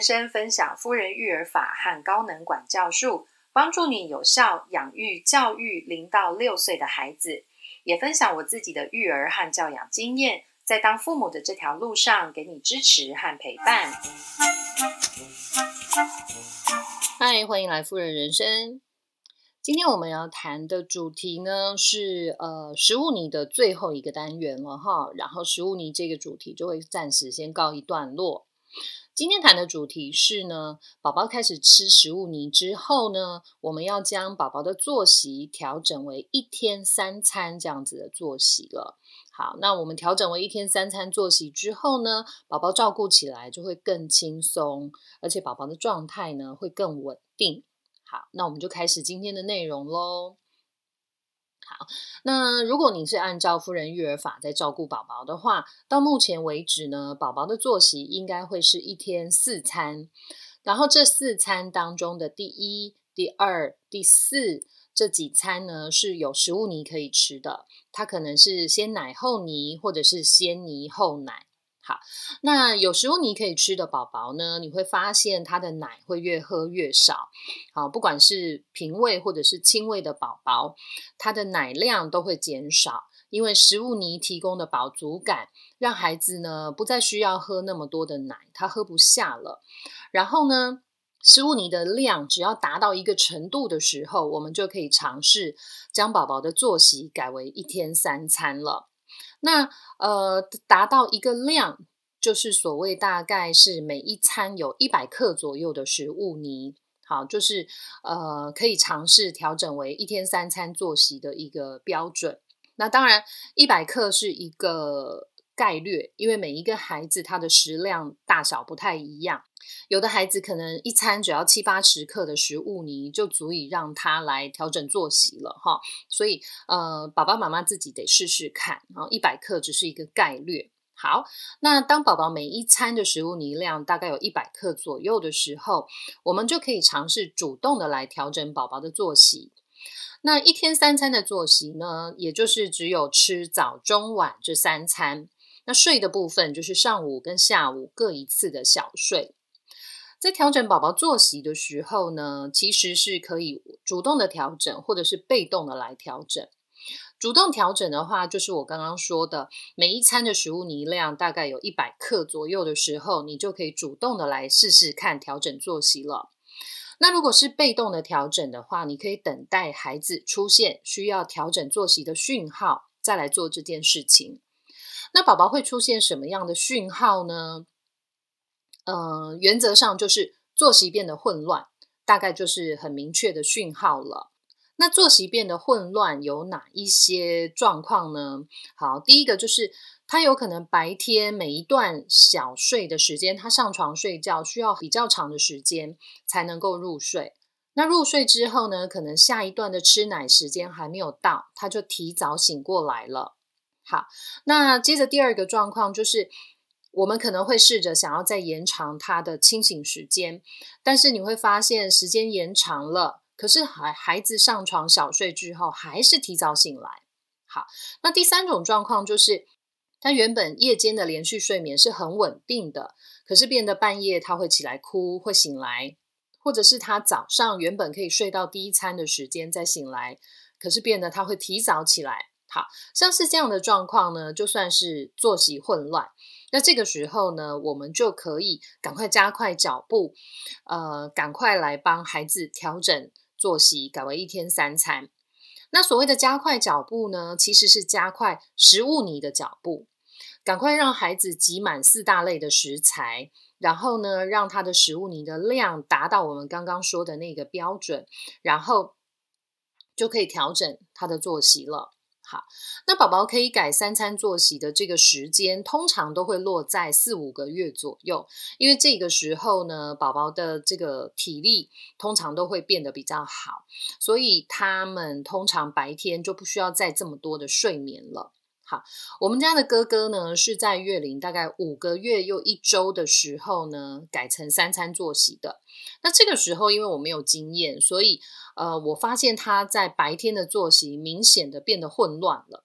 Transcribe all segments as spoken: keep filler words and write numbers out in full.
生分享夫人育儿法和高能管教术，帮助你有效养育教育零到六岁的孩子，也分享我自己的育儿和教养经验，在当父母的这条路上给你支持和陪伴。 嗨，欢迎来夫人人生。今天我们要谈的主题呢是呃食物泥的最后一个单元了哈，然后食物泥这个主题就会暂时先告一段落。今天谈的主题是呢，宝宝开始吃食物泥之后呢，我们要将宝宝的作息调整为一天三餐这样子的作息了。好，那我们调整为一天三餐作息之后呢，宝宝照顾起来就会更轻松，而且宝宝的状态呢会更稳定。好，那我们就开始今天的内容咯。好，那如果你是按照夫人育儿法在照顾宝宝的话，到目前为止呢，宝宝的作息应该会是一天四餐，然后这四餐当中的第一、第二、第四这几餐呢是有食物泥可以吃的，它可能是先奶后泥或者是先泥后奶。好，那有食物泥可以吃的宝宝呢，你会发现他的奶会越喝越少。好，不管是平喂或者是亲喂的宝宝，他的奶量都会减少，因为食物泥提供的饱足感，让孩子呢不再需要喝那么多的奶，他喝不下了。然后呢，食物泥的量只要达到一个程度的时候，我们就可以尝试将宝宝的作息改为一天三餐了。那呃，达到一个量，就是所谓大概是每一餐有一百克左右的食物泥。好，就是呃，可以尝试调整为一天三餐作息的一个标准。那当然一百克是一个概略，因为每一个孩子他的食量大小不太一样，有的孩子可能一餐只要七八十克的食物泥就足以让他来调整作息了哈。所以呃，爸爸妈妈自己得试试看，然后一百克只是一个概略。好，那当宝宝每一餐的食物泥量大概有一百克左右的时候，我们就可以尝试主动的来调整宝宝的作息。那一天三餐的作息呢，也就是只有吃早中晚这三餐，那睡的部分就是上午跟下午各一次的小睡。在调整宝宝作息的时候呢，其实是可以主动的调整或者是被动的来调整。主动调整的话，就是我刚刚说的，每一餐的食物泥量大概有一百克左右的时候，你就可以主动的来试试看调整作息了。那如果是被动的调整的话，你可以等待孩子出现需要调整作息的讯号，再来做这件事情。那宝宝会出现什么样的讯号呢？呃，原则上就是作息变得混乱，大概就是很明确的讯号了。那作息变得混乱有哪一些状况呢？好，第一个就是他有可能白天每一段小睡的时间，他上床睡觉需要比较长的时间才能够入睡。那入睡之后呢，可能下一段的吃奶时间还没有到，他就提早醒过来了。好，那接着第二个状况就是我们可能会试着想要再延长他的清醒时间，但是你会发现时间延长了，可是孩孩子上床小睡之后还是提早醒来。好，那第三种状况就是他原本夜间的连续睡眠是很稳定的，可是变得半夜他会起来哭，会醒来，或者是他早上原本可以睡到第一餐的时间再醒来，可是变得他会提早起来。好，像是这样的状况呢，就算是作息混乱，那这个时候呢，我们就可以赶快加快脚步，呃，赶快来帮孩子调整作息，改为一天三餐。那所谓的加快脚步呢，其实是加快食物泥的脚步，赶快让孩子挤满四大类的食材，然后呢，让他的食物泥的量达到我们刚刚说的那个标准，然后就可以调整他的作息了。好，那宝宝可以改三餐作息的这个时间通常都会落在四五个月左右，因为这个时候呢，宝宝的这个体力通常都会变得比较好，所以他们通常白天就不需要再这么多的睡眠了。好，我们家的哥哥呢是在月龄大概五个月又一周的时候呢改成三餐作息的。那这个时候因为我没有经验，所以呃，我发现他在白天的作息明显的变得混乱了，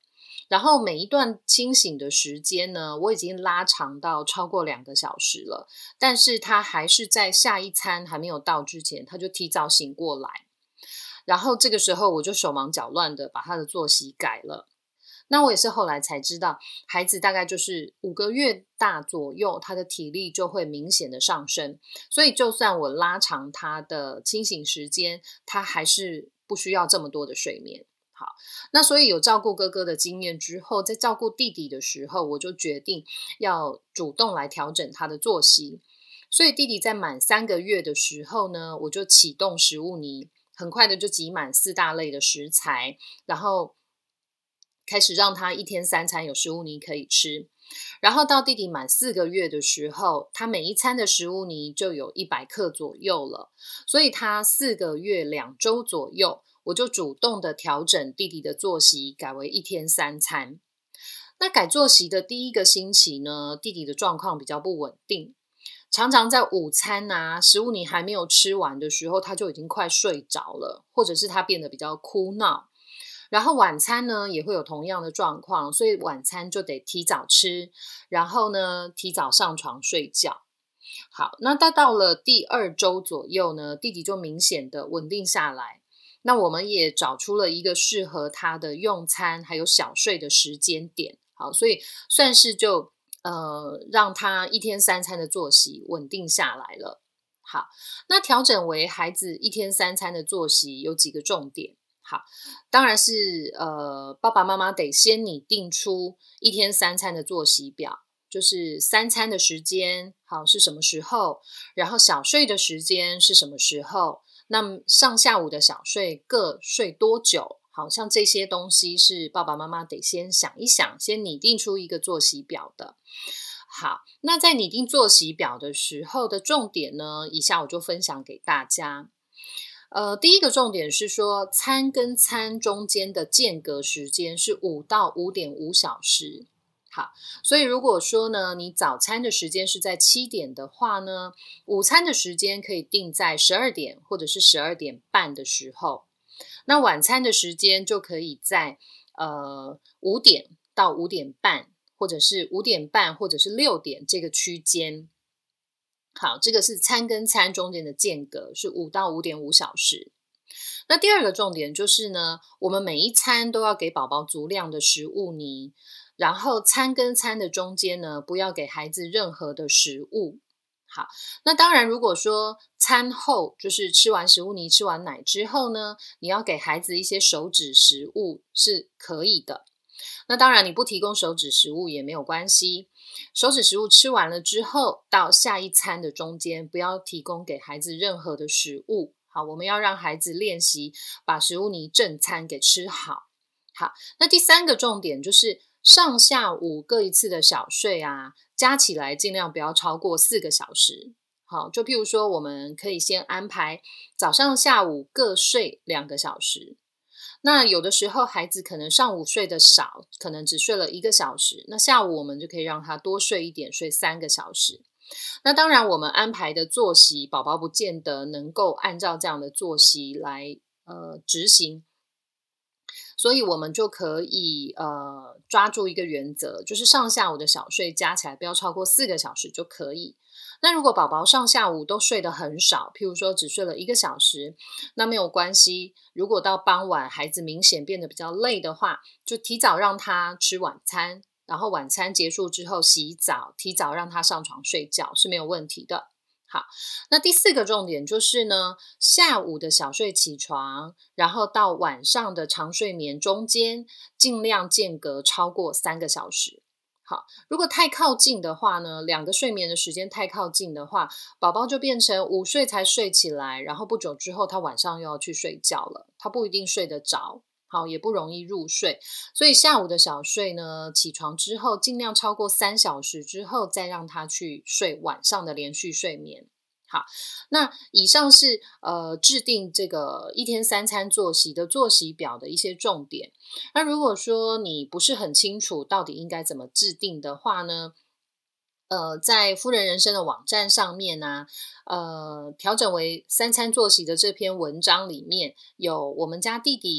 然后每一段清醒的时间呢，我已经拉长到超过两个小时了，但是他还是在下一餐还没有到之前，他就提早醒过来。然后这个时候我就手忙脚乱的把他的作息改了。那我也是后来才知道，孩子大概就是五个月大左右，他的体力就会明显的上升，所以就算我拉长他的清醒时间，他还是不需要这么多的睡眠。好，那所以有照顾哥哥的经验之后，在照顾弟弟的时候，我就决定要主动来调整他的作息。所以弟弟在满三个月的时候呢，我就启动食物泥，很快的就挤满四大类的食材，然后开始让他一天三餐有食物泥可以吃。然后到弟弟满四个月的时候，他每一餐的食物泥就有一百克左右了。所以他四个月两周左右，我就主动的调整弟弟的作息，改为一天三餐。那改作息的第一个星期呢，弟弟的状况比较不稳定，常常在午餐啊，食物泥还没有吃完的时候，他就已经快睡着了，或者是他变得比较哭闹。然后晚餐呢也会有同样的状况，所以晚餐就得提早吃，然后呢提早上床睡觉。好，那到到了第二周左右呢，弟弟就明显的稳定下来。那我们也找出了一个适合他的用餐还有小睡的时间点。好，所以算是就呃让他一天三餐的作息稳定下来了。好，那调整为孩子一天三餐的作息有几个重点。好，当然是呃，爸爸妈妈得先拟定出一天三餐的作息表，就是三餐的时间好是什么时候，然后小睡的时间是什么时候，那么上下午的小睡各睡多久，好像这些东西是爸爸妈妈得先想一想，先拟定出一个作息表的。好，那在拟定作息表的时候的重点呢，以下我就分享给大家。呃，第一个重点是说，餐跟餐中间的间隔时间是五到五点五小时。好，所以如果说呢，你早餐的时间是在七点的话呢，午餐的时间可以定在十二点或者是十二点半的时候。那晚餐的时间就可以在呃五点到五点半，或者是五点半或者是六点这个区间。好，这个是餐跟餐中间的间隔是五到五点五小时。那第二个重点就是呢，我们每一餐都要给宝宝足量的食物泥，然后餐跟餐的中间呢，不要给孩子任何的食物。好，那当然如果说餐后就是吃完食物泥吃完奶之后呢，你要给孩子一些手指食物是可以的。那当然你不提供手指食物也没有关系，手指食物吃完了之后，到下一餐的中间不要提供给孩子任何的食物。好，我们要让孩子练习把食物泥正餐给吃好。好，那第三个重点就是上下午各一次的小睡啊，加起来尽量不要超过四个小时。好，就譬如说我们可以先安排早上下午各睡两个小时。那有的时候孩子可能上午睡得少，可能只睡了一个小时，那下午我们就可以让他多睡一点，睡三个小时。那当然我们安排的作息，宝宝不见得能够按照这样的作息来呃执行，所以我们就可以呃抓住一个原则，就是上下午的小睡加起来不要超过四个小时就可以。那如果宝宝上下午都睡得很少，譬如说只睡了一个小时，那没有关系，如果到傍晚孩子明显变得比较累的话，就提早让他吃晚餐，然后晚餐结束之后洗澡，提早让他上床睡觉是没有问题的。好，那第四个重点就是呢，下午的小睡起床，然后到晚上的长睡眠中间，尽量间隔超过三个小时。好，如果太靠近的话呢，两个睡眠的时间太靠近的话，宝宝就变成午睡才睡起来，然后不久之后他晚上又要去睡觉了，他不一定睡得着，好，也不容易入睡。所以下午的小睡呢，起床之后尽量超过三小时之后再让他去睡晚上的连续睡眠。好，那以上是呃制定这个一天三餐作息的作息表的一些重点。那如果说你不是很清楚到底应该怎么制定的话呢，呃，在夫人人生的网站上面啊，呃，调整为三餐作息的这篇文章里面有我们家弟弟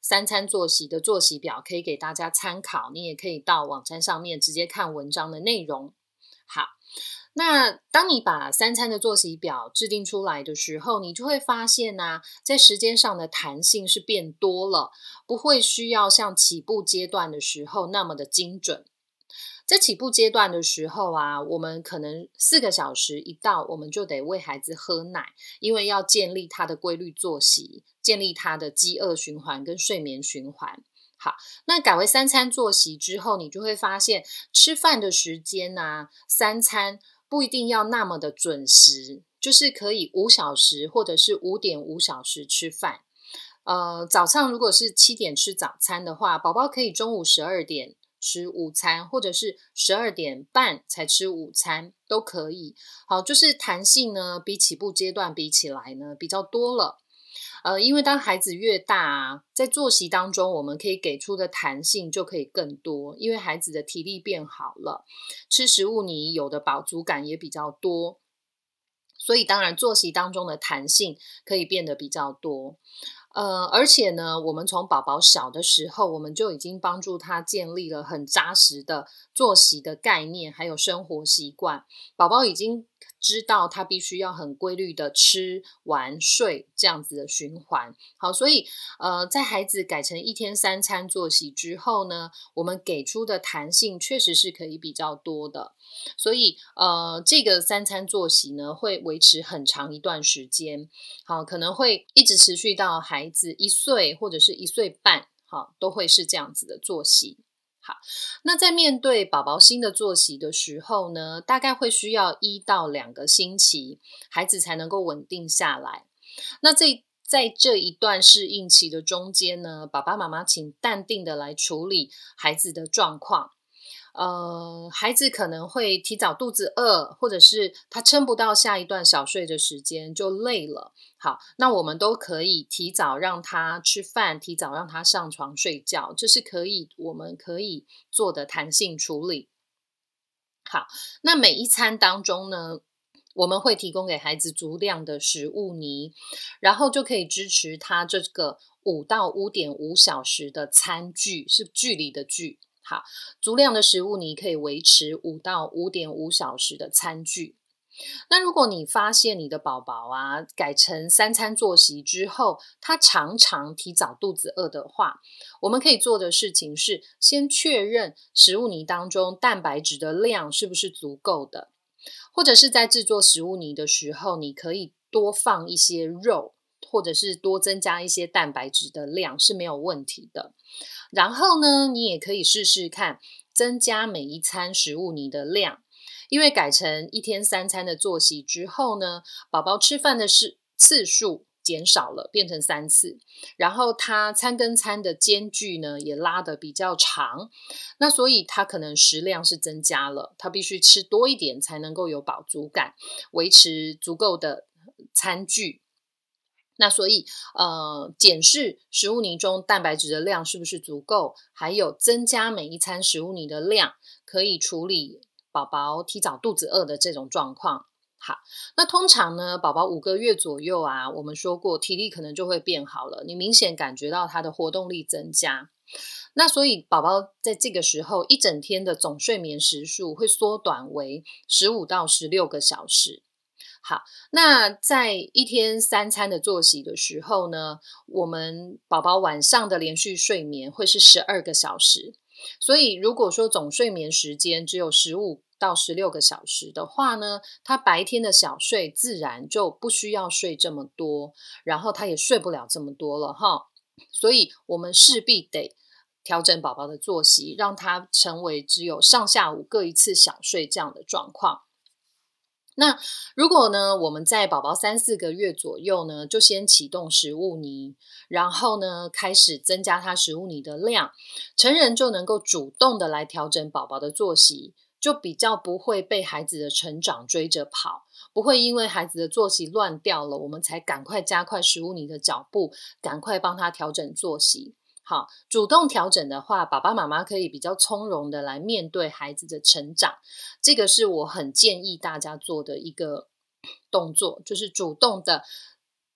三餐作息的作息表可以给大家参考，你也可以到网站上面直接看文章的内容。好，那当你把三餐的作息表制定出来的时候，你就会发现啊，在时间上的弹性是变多了，不会需要像起步阶段的时候那么的精准。在起步阶段的时候啊，我们可能四个小时一到，我们就得喂孩子喝奶，因为要建立他的规律作息，建立他的饥饿循环跟睡眠循环。好，那改为三餐作息之后，你就会发现吃饭的时间啊，三餐不一定要那么的准时，就是可以五小时或者是五点五小时吃饭。呃，早上如果是七点吃早餐的话，宝宝可以中午十二点吃午餐，或者是十二点半才吃午餐都可以。好，就是弹性呢，比起步阶段比起来呢，比较多了。呃，因为当孩子越大啊，在作息当中我们可以给出的弹性就可以更多，因为孩子的体力变好了，吃食物你有的饱足感也比较多，所以当然作息当中的弹性可以变得比较多。呃，而且呢，我们从宝宝小的时候，我们就已经帮助他建立了很扎实的作息的概念，还有生活习惯。宝宝已经知道他必须要很规律的吃、玩、睡这样子的循环。好，所以呃，在孩子改成一天三餐作息之后呢，我们给出的弹性确实是可以比较多的。所以呃，这个三餐作息呢，会维持很长一段时间。好，可能会一直持续到孩子一岁或者是一岁半，好，都会是这样子的作息。好，那在面对宝宝新的作息的时候呢，大概会需要一到两个星期，孩子才能够稳定下来。那这在这一段适应期的中间呢，爸爸妈妈请淡定的来处理孩子的状况。呃，孩子可能会提早肚子饿，或者是他撑不到下一段小睡的时间就累了。好，那我们都可以提早让他吃饭，提早让他上床睡觉，这是可以我们可以做的弹性处理。好，那每一餐当中呢，我们会提供给孩子足量的食物泥，然后就可以支持他这个五到五点五小时的餐具，是距离的距。好，足量的食物泥可以维持五到五点五小时的餐具。那如果你发现你的宝宝啊改成三餐作息之后，他常常提早肚子饿的话，我们可以做的事情是先确认食物泥当中蛋白质的量是不是足够的，或者是在制作食物泥的时候，你可以多放一些肉，或者是多增加一些蛋白质的量是没有问题的。然后呢，你也可以试试看增加每一餐食物泥的量，因为改成一天三餐的作息之后呢，宝宝吃饭的次数减少了，变成三次，然后他餐跟餐的间距呢也拉得比较长，那所以他可能食量是增加了，他必须吃多一点才能够有饱足感，维持足够的餐具。那所以呃，检视食物泥中蛋白质的量是不是足够，还有增加每一餐食物泥的量，可以处理宝宝提早肚子饿的这种状况。好，那通常呢，宝宝五个月左右啊，我们说过体力可能就会变好了，你明显感觉到他的活动力增加。那所以宝宝在这个时候一整天的总睡眠时数会缩短为十五到十六个小时。好，那在一天三餐的作息的时候呢，我们宝宝晚上的连续睡眠会是十二个小时。所以如果说总睡眠时间只有十五到十六个小时的话呢，他白天的小睡自然就不需要睡这么多，然后他也睡不了这么多了哈。所以我们势必得调整宝宝的作息，让他成为只有上下午各一次小睡这样的状况。那如果呢，我们在宝宝三四个月左右呢，就先启动食物泥，然后呢，开始增加他食物泥的量，成人就能够主动的来调整宝宝的作息，就比较不会被孩子的成长追着跑，不会因为孩子的作息乱掉了，我们才赶快加快食物泥的脚步，赶快帮他调整作息。好，主动调整的话，爸爸妈妈可以比较从容的来面对孩子的成长，这个是我很建议大家做的一个动作，就是主动的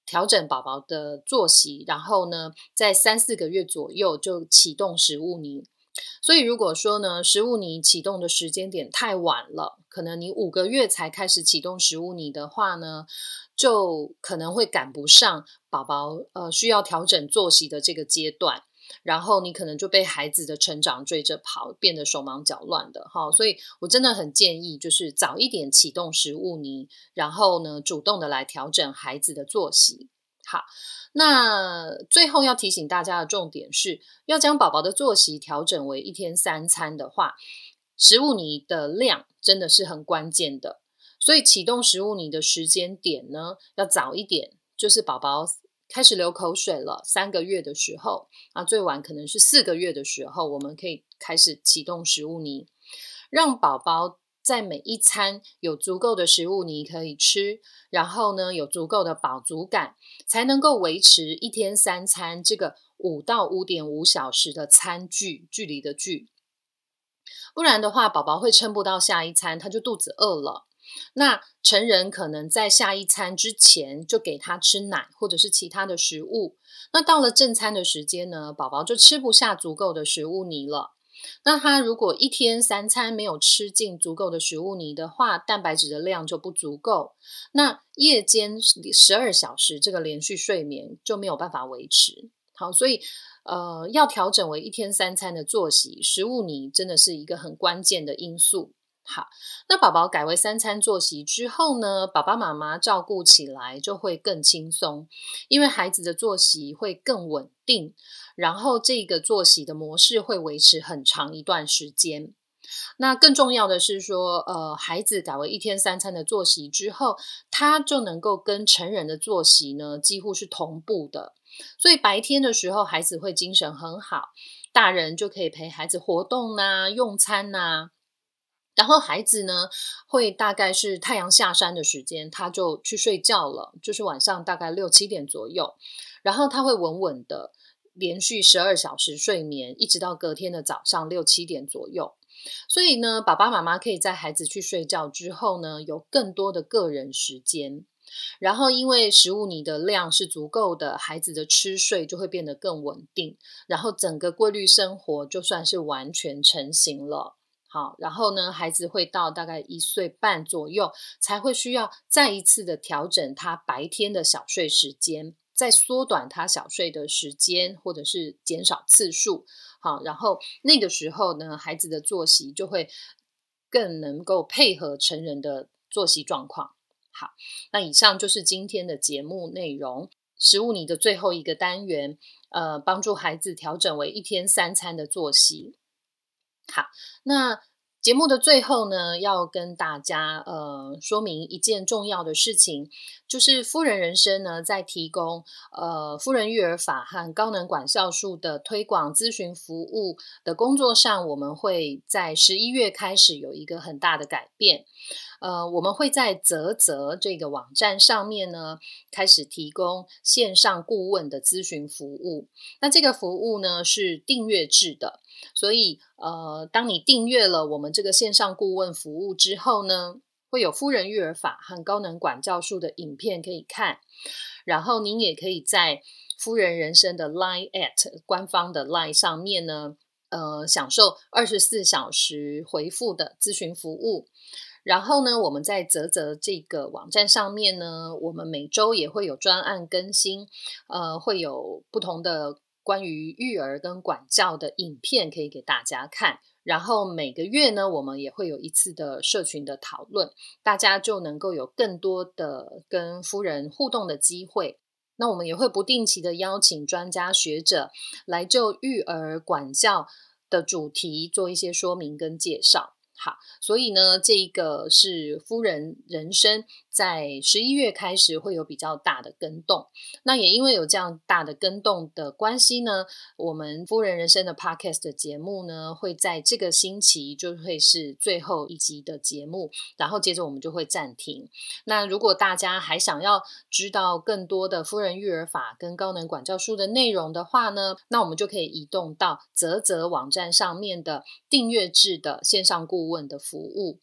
调整宝宝的作息，然后呢在三四个月左右就启动食物泥。所以如果说呢食物泥启动的时间点太晚了，可能你五个月才开始启动食物泥的话呢，就可能会赶不上宝宝呃需要调整作息的这个阶段，然后你可能就被孩子的成长追着跑，变得手忙脚乱的哈。所以我真的很建议就是早一点启动食物泥，然后呢主动的来调整孩子的作息。好，那最后要提醒大家的重点是，要将宝宝的作息调整为一天三餐的话，食物泥的量真的是很关键的。所以启动食物泥的时间点呢，要早一点，就是宝宝开始流口水了，三个月的时候，啊，最晚可能是四个月的时候，我们可以开始启动食物泥，让宝宝在每一餐有足够的食物泥可以吃，然后呢有足够的饱足感，才能够维持一天三餐这个五到五点五小时的餐距，距离的距。不然的话，宝宝会撑不到下一餐，他就肚子饿了。那成人可能在下一餐之前就给他吃奶或者是其他的食物，那到了正餐的时间呢，宝宝就吃不下足够的食物泥了。那他如果一天三餐没有吃进足够的食物泥的话，蛋白质的量就不足够，那夜间十二小时这个连续睡眠就没有办法维持。好，所以呃，要调整为一天三餐的作息，食物泥真的是一个很关键的因素。好，那宝宝改为三餐作息之后呢，爸爸妈妈照顾起来就会更轻松，因为孩子的作息会更稳定，然后这个作息的模式会维持很长一段时间。那更重要的是说，呃，孩子改为一天三餐的作息之后，他就能够跟成人的作息呢几乎是同步的，所以白天的时候孩子会精神很好，大人就可以陪孩子活动啊、用餐啊。然后孩子呢会大概是太阳下山的时间他就去睡觉了，就是晚上大概六七点左右，然后他会稳稳的连续十二小时睡眠，一直到隔天的早上六七点左右。所以呢爸爸妈妈可以在孩子去睡觉之后呢有更多的个人时间，然后因为食物泥的量是足够的，孩子的吃睡就会变得更稳定，然后整个规律生活就算是完全成型了。好，然后呢孩子会到大概一岁半左右才会需要再一次的调整他白天的小睡时间，再缩短他小睡的时间或者是减少次数。好，然后那个时候呢孩子的作息就会更能够配合成人的作息状况。好，那以上就是今天的节目内容，食物泥的最后一个单元，呃，帮助孩子调整为一天三餐的作息。好，那节目的最后呢，要跟大家呃说明一件重要的事情，就是夫人人生呢在提供呃夫人育儿法和高能管教术的推广咨询服务的工作上，我们会在十一月开始有一个很大的改变。呃，我们会在嘖嘖这个网站上面呢，开始提供线上顾问的咨询服务。那这个服务呢是订阅制的，所以呃，当你订阅了我们这个线上顾问服务之后呢，会有夫人育儿法和高能管教术的影片可以看，然后您也可以在夫人人生的 Line at 官方的 Line 上面呢，呃，享受二十四小时回复的咨询服务。然后呢我们在嘖嘖这个网站上面呢，我们每周也会有专案更新，呃，会有不同的关于育儿跟管教的影片可以给大家看，然后每个月呢我们也会有一次的社群的讨论，大家就能够有更多的跟夫人互动的机会。那我们也会不定期的邀请专家学者来就育儿管教的主题做一些说明跟介绍。好，所以呢这个是夫人人生在十一月开始会有比较大的更动。那也因为有这样大的更动的关系呢，我们夫人人生的 Podcast 的节目呢会在这个星期就会是最后一集的节目，然后接着我们就会暂停。那如果大家还想要知道更多的夫人育儿法跟高能管教术的内容的话呢，那我们就可以移动到嘖嘖网站上面的订阅制的线上顾问的服务。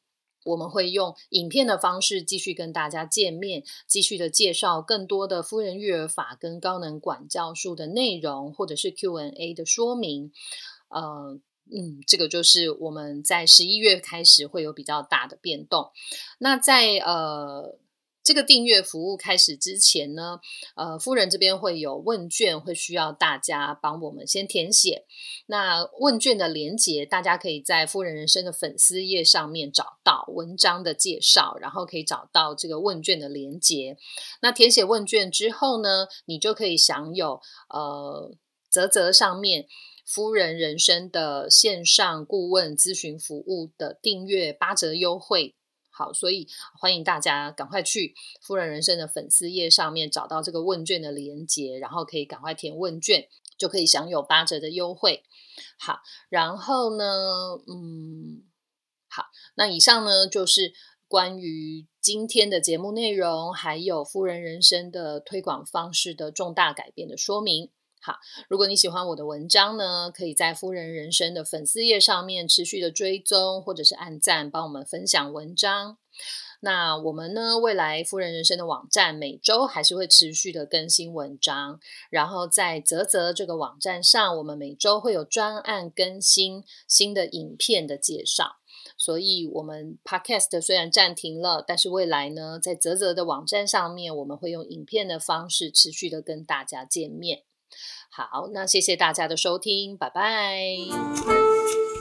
我们会用影片的方式继续跟大家见面，继续的介绍更多的夫人育儿法跟高能管教术的内容，或者是 Q and A 的说明。呃嗯，这个就是我们在十一月开始会有比较大的变动。那在呃这个订阅服务开始之前呢，呃，夫人这边会有问卷，会需要大家帮我们先填写。那问卷的连结，大家可以在夫人人生的粉丝页上面找到文章的介绍，然后可以找到这个问卷的连结。那填写问卷之后呢，你就可以享有呃嘖嘖上面夫人人生的线上顾问咨询服务的订阅八折优惠。好，所以欢迎大家赶快去夫人人生的粉丝页上面找到这个问卷的连结，然后可以赶快填问卷，就可以享有八折的优惠。好，然后呢，嗯，好，那以上呢就是关于今天的节目内容，还有夫人人生的推广方式的重大改变的说明。好，如果你喜欢我的文章呢，可以在夫人人生的粉丝页上面持续的追踪，或者是按赞帮我们分享文章。那我们呢，未来夫人人生的网站每周还是会持续的更新文章，然后在嘖嘖这个网站上，我们每周会有专案更新新的影片的介绍。所以我们 Podcast 虽然暂停了，但是未来呢，在嘖嘖的网站上面，我们会用影片的方式持续的跟大家见面。好，那谢谢大家的收听，拜拜。